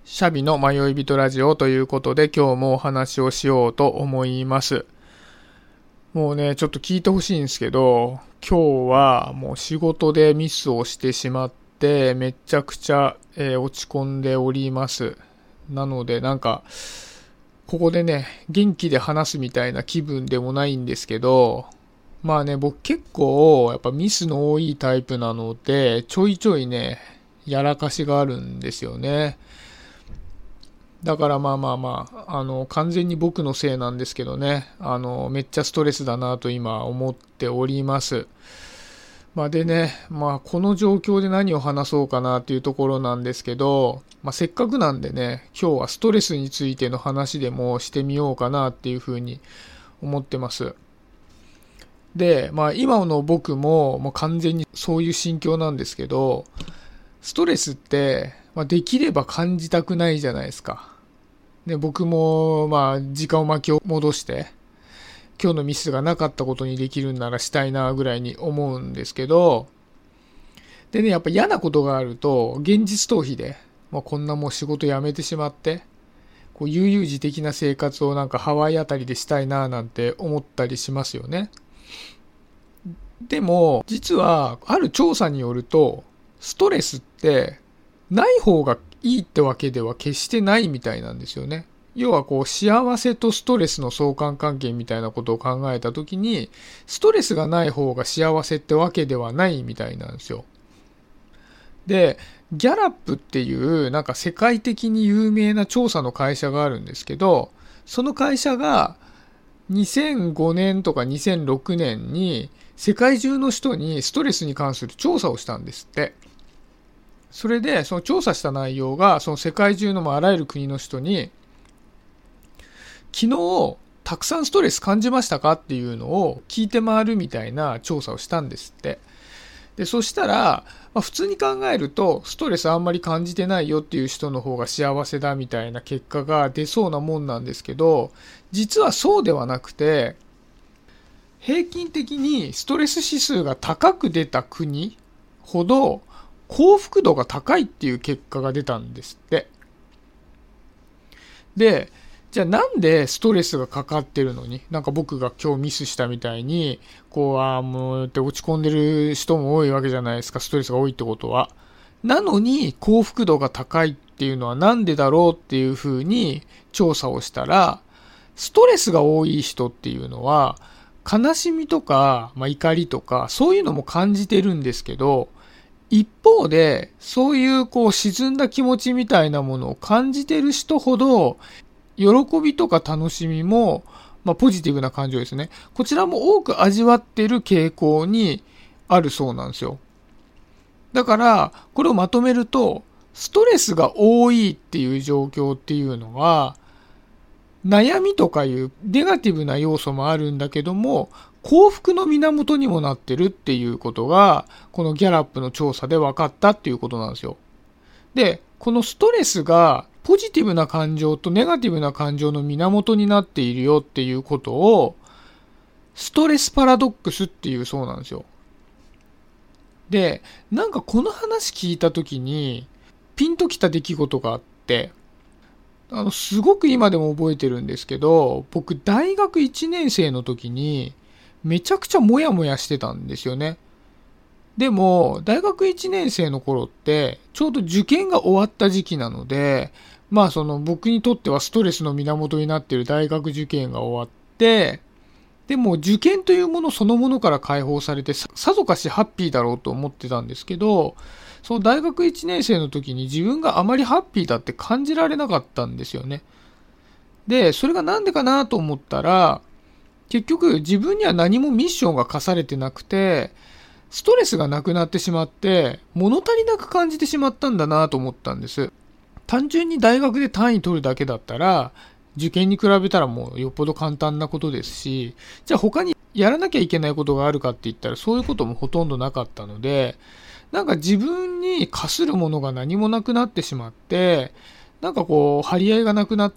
シャビの迷い人ラジオということで今日もお話をしようと思います。もうね、ちょっと聞いてほしいんですけど、今日はもう仕事でミスをしてしまってめちゃくちゃ、落ち込んでおります。なのでここでね、元気で話すみたいな気分でもないんですけど、まあね、僕結構やっぱミスの多いタイプなので、ちょいちょいね、やらかしがあるんですよね。だから完全に僕のせいなんですけどね、めっちゃストレスだなと今思っております。でね、この状況で何を話そうかなというところなんですけど、せっかくなんでね、今日はストレスについての話でもしてみようかなっていうふうに思ってます。で、今の僕も完全にそういう心境なんですけど、ストレスって、できれば感じたくないじゃないですか。で、僕も時間を巻き戻して今日のミスがなかったことにできるんならしたいなぐらいに思うんですけど、でね、やっぱ嫌なことがあると現実逃避で、こんなもう仕事辞めてしまって悠々自適な生活をハワイあたりでしたいななんて思ったりしますよね。でも実はある調査によると、ストレスってない方がいいってわけでは決してないみたいなんですよね。要は幸せとストレスの相関関係みたいなことを考えたときに、ストレスがない方が幸せってわけではないみたいなんですよ。で、ギャラップっていう世界的に有名な調査の会社があるんですけど、その会社が2005年とか2006年に世界中の人にストレスに関する調査をしたんですって。それでその調査した内容がその世界中のあらゆる国の人に、昨日たくさんストレス感じましたかっていうのを聞いて回るみたいな調査をしたんですって。で、そしたら、普通に考えるとストレスあんまり感じてないよっていう人の方が幸せだみたいな結果が出そうなもんなんですけど、実はそうではなくて、平均的にストレス指数が高く出た国ほど幸福度が高いっていう結果が出たんですって。で、じゃあなんでストレスがかかってるのに、僕が今日ミスしたみたいに、もうって落ち込んでる人も多いわけじゃないですか、ストレスが多いってことは。なのに幸福度が高いっていうのはなんでだろうっていうふうに調査をしたら、ストレスが多い人っていうのは、悲しみとか、怒りとか、そういうのも感じてるんですけど、一方で、そういう沈んだ気持ちみたいなものを感じてる人ほど、喜びとか楽しみも、ポジティブな感情ですね。こちらも多く味わっている傾向にあるそうなんですよ。だから、これをまとめると、ストレスが多いっていう状況っていうのは、悩みとかいうネガティブな要素もあるんだけども、幸福の源にもなってるっていうことが、このギャラップの調査で分かったっていうことなんですよ。で、このストレスがポジティブな感情とネガティブな感情の源になっているよっていうことを、ストレスパラドックスっていうそうなんですよ。で、この話聞いたときに、ピンときた出来事があって、すごく今でも覚えてるんですけど、僕大学1年生の時に、めちゃくちゃモヤモヤしてたんですよね。でも、大学1年生の頃って、ちょうど受験が終わった時期なので、僕にとってはストレスの源になっている大学受験が終わって、でも受験というものそのものから解放されて、さぞかしハッピーだろうと思ってたんですけど、その大学1年生の時に自分があまりハッピーだって感じられなかったんですよね。で、それがなんでかなと思ったら、結局自分には何もミッションが課されてなくて、ストレスがなくなってしまって、物足りなく感じてしまったんだなと思ったんです。単純に大学で単位取るだけだったら、受験に比べたらもうよっぽど簡単なことですし、じゃあ他にやらなきゃいけないことがあるかって言ったらそういうこともほとんどなかったので、自分に課するものが何もなくなってしまって、張り合いがなくなって、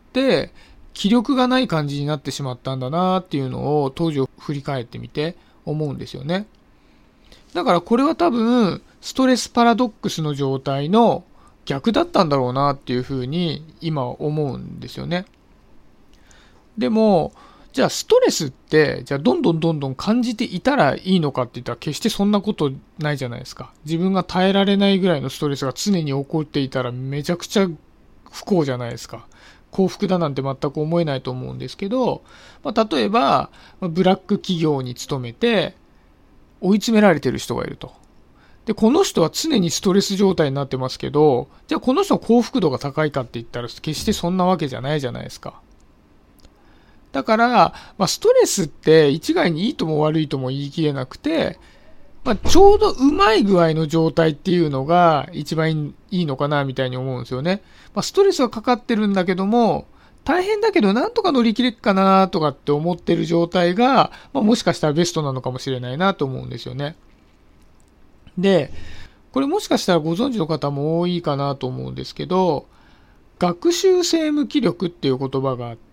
気力がない感じになってしまったんだなっていうのを当時を振り返ってみて思うんですよね。だからこれは多分ストレスパラドックスの状態の逆だったんだろうなっていうふうに今思うんですよね。でも、じゃあストレスって、じゃあどんどん感じていたらいいのかって言ったら決してそんなことないじゃないですか。自分が耐えられないぐらいのストレスが常に起こっていたらめちゃくちゃ不幸じゃないですか。幸福だなんて全く思えないと思うんですけど、例えば、ブラック企業に勤めて追い詰められてる人がいると。で、この人は常にストレス状態になってますけど、じゃあこの人の幸福度が高いかって言ったら決してそんなわけじゃないじゃないですか。だから、ストレスって一概にいいとも悪いとも言い切れなくて、ちょうどうまい具合の状態っていうのが一番いいのかなみたいに思うんですよね。ストレスはかかってるんだけども、大変だけどなんとか乗り切れっかなとかって思ってる状態が、もしかしたらベストなのかもしれないなと思うんですよね。で、これもしかしたらご存知の方も多いかなと思うんですけど、学習性無気力っていう言葉があって、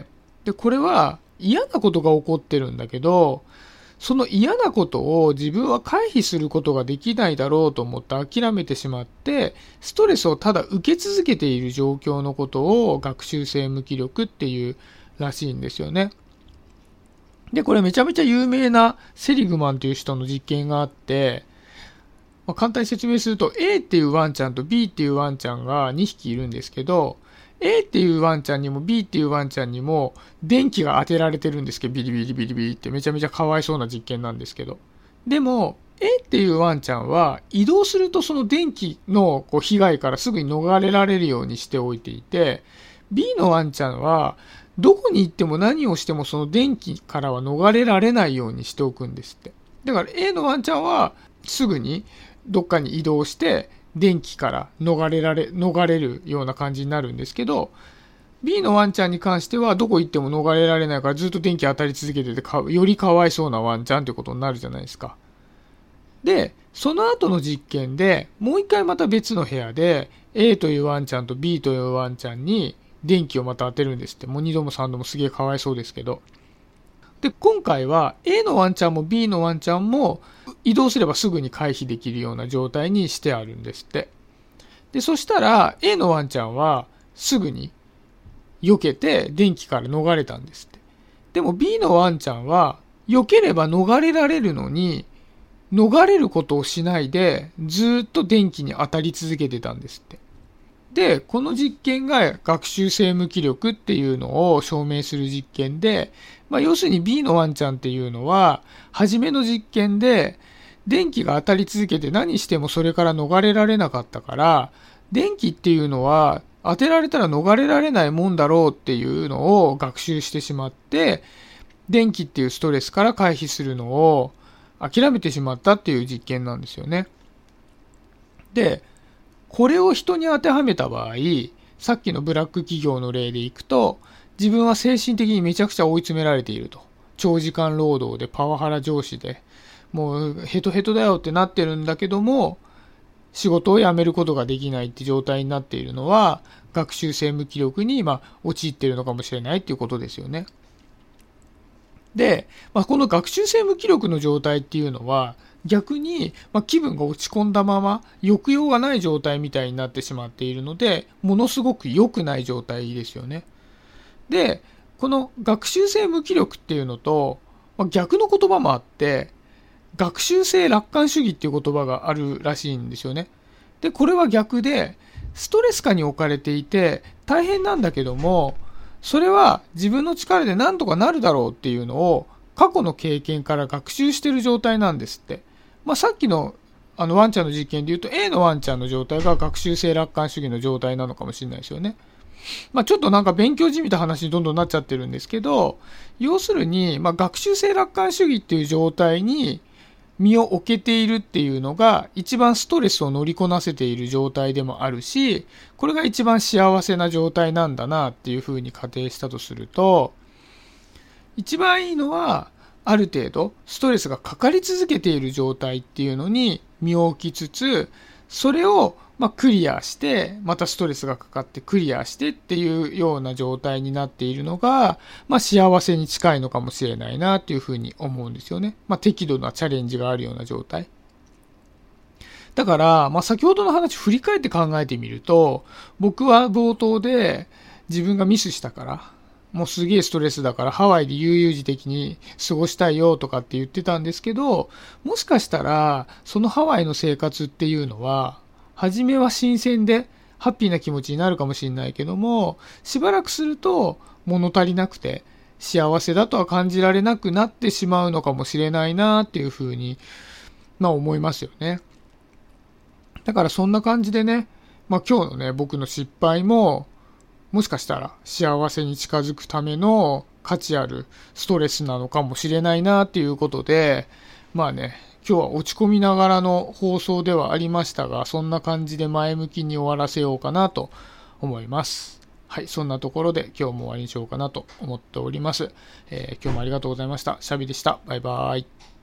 で、これは嫌なことが起こってるんだけど、その嫌なことを自分は回避することができないだろうと思って諦めてしまって、ストレスをただ受け続けている状況のことを学習性無気力っていうらしいんですよね。で、これめちゃめちゃ有名なセリグマンという人の実験があって、簡単に説明すると A っていうワンちゃんと B っていうワンちゃんが2匹いるんですけど、A っていうワンちゃんにも B っていうワンちゃんにも電気が当てられてるんですけど、ビリビリビリビリってめちゃめちゃかわいそうな実験なんですけど。でも A っていうワンちゃんは移動するとその電気の被害からすぐに逃れられるようにしておいていて、B のワンちゃんはどこに行っても何をしてもその電気からは逃れられないようにしておくんですって。だから A のワンちゃんはすぐにどっかに移動して電気から逃れるような感じになるんですけど、B のワンちゃんに関してはどこ行っても逃れられないからずっと電気当たり続けてて、よりかわいそうなワンちゃんということになるじゃないですか。で、その後の実験でもう一回また別の部屋で A というワンちゃんと B というワンちゃんに電気をまた当てるんですって。もう2度も3度もすげえかわいそうですけど。で、今回は A のワンちゃんも B のワンちゃんも移動すればすぐに回避できるような状態にしてあるんですって。で、そしたら A のワンちゃんはすぐに避けて電気から逃れたんですって。でも B のワンちゃんは避ければ逃れられるのに、逃れることをしないでずっと電気に当たり続けてたんですって。で、この実験が学習性無気力っていうのを証明する実験で、要するに B のワンちゃんっていうのは、初めの実験で電気が当たり続けて何してもそれから逃れられなかったから、電気っていうのは当てられたら逃れられないもんだろうっていうのを学習してしまって、電気っていうストレスから回避するのを諦めてしまったっていう実験なんですよね。で、これを人に当てはめた場合、さっきのブラック企業の例でいくと、自分は精神的にめちゃくちゃ追い詰められていると。長時間労働でパワハラ上司で、もうヘトヘトだよってなってるんだけども、仕事を辞めることができないって状態になっているのは、学習性無気力に陥っているのかもしれないっていうことですよね。で、この学習性無気力の状態っていうのは、逆に、気分が落ち込んだまま抑揚がない状態みたいになってしまっているので、ものすごく良くない状態ですよね。で、この学習性無気力っていうのと、逆の言葉もあって、学習性楽観主義っていう言葉があるらしいんですよね。で、これは逆で、ストレス下に置かれていて大変なんだけども、それは自分の力で何とかなるだろうっていうのを過去の経験から学習している状態なんですって。さっきのワンちゃんの実験で言うと A のワンちゃんの状態が学習性楽観主義の状態なのかもしれないですよね。ちょっとなんか勉強じみた話にどんどんなっちゃってるんですけど、要するに、学習性楽観主義っていう状態に身を置けているっていうのが一番ストレスを乗りこなせている状態でもあるし、これが一番幸せな状態なんだなっていうふうに仮定したとすると、一番いいのはある程度ストレスがかかり続けている状態っていうのに身を置きつつ、それをクリアして、またストレスがかかってクリアしてっていうような状態になっているのが、幸せに近いのかもしれないなっていうふうに思うんですよね。適度なチャレンジがあるような状態。 だから、先ほどの話振り返って考えてみると、僕は冒頭で自分がミスしたから、もうすげえストレスだからハワイで悠々自適に過ごしたいよとかって言ってたんですけど、もしかしたらそのハワイの生活っていうのは、初めは新鮮でハッピーな気持ちになるかもしれないけども、しばらくすると物足りなくて幸せだとは感じられなくなってしまうのかもしれないなっていうふうに、思いますよね。だからそんな感じでね、今日のね、僕の失敗も、もしかしたら幸せに近づくための価値あるストレスなのかもしれないなっていうことで、今日は落ち込みながらの放送ではありましたが、そんな感じで前向きに終わらせようかなと思います。はい、そんなところで今日も終わりにしようかなと思っております。今日もありがとうございました。シャビでした。バイバイ。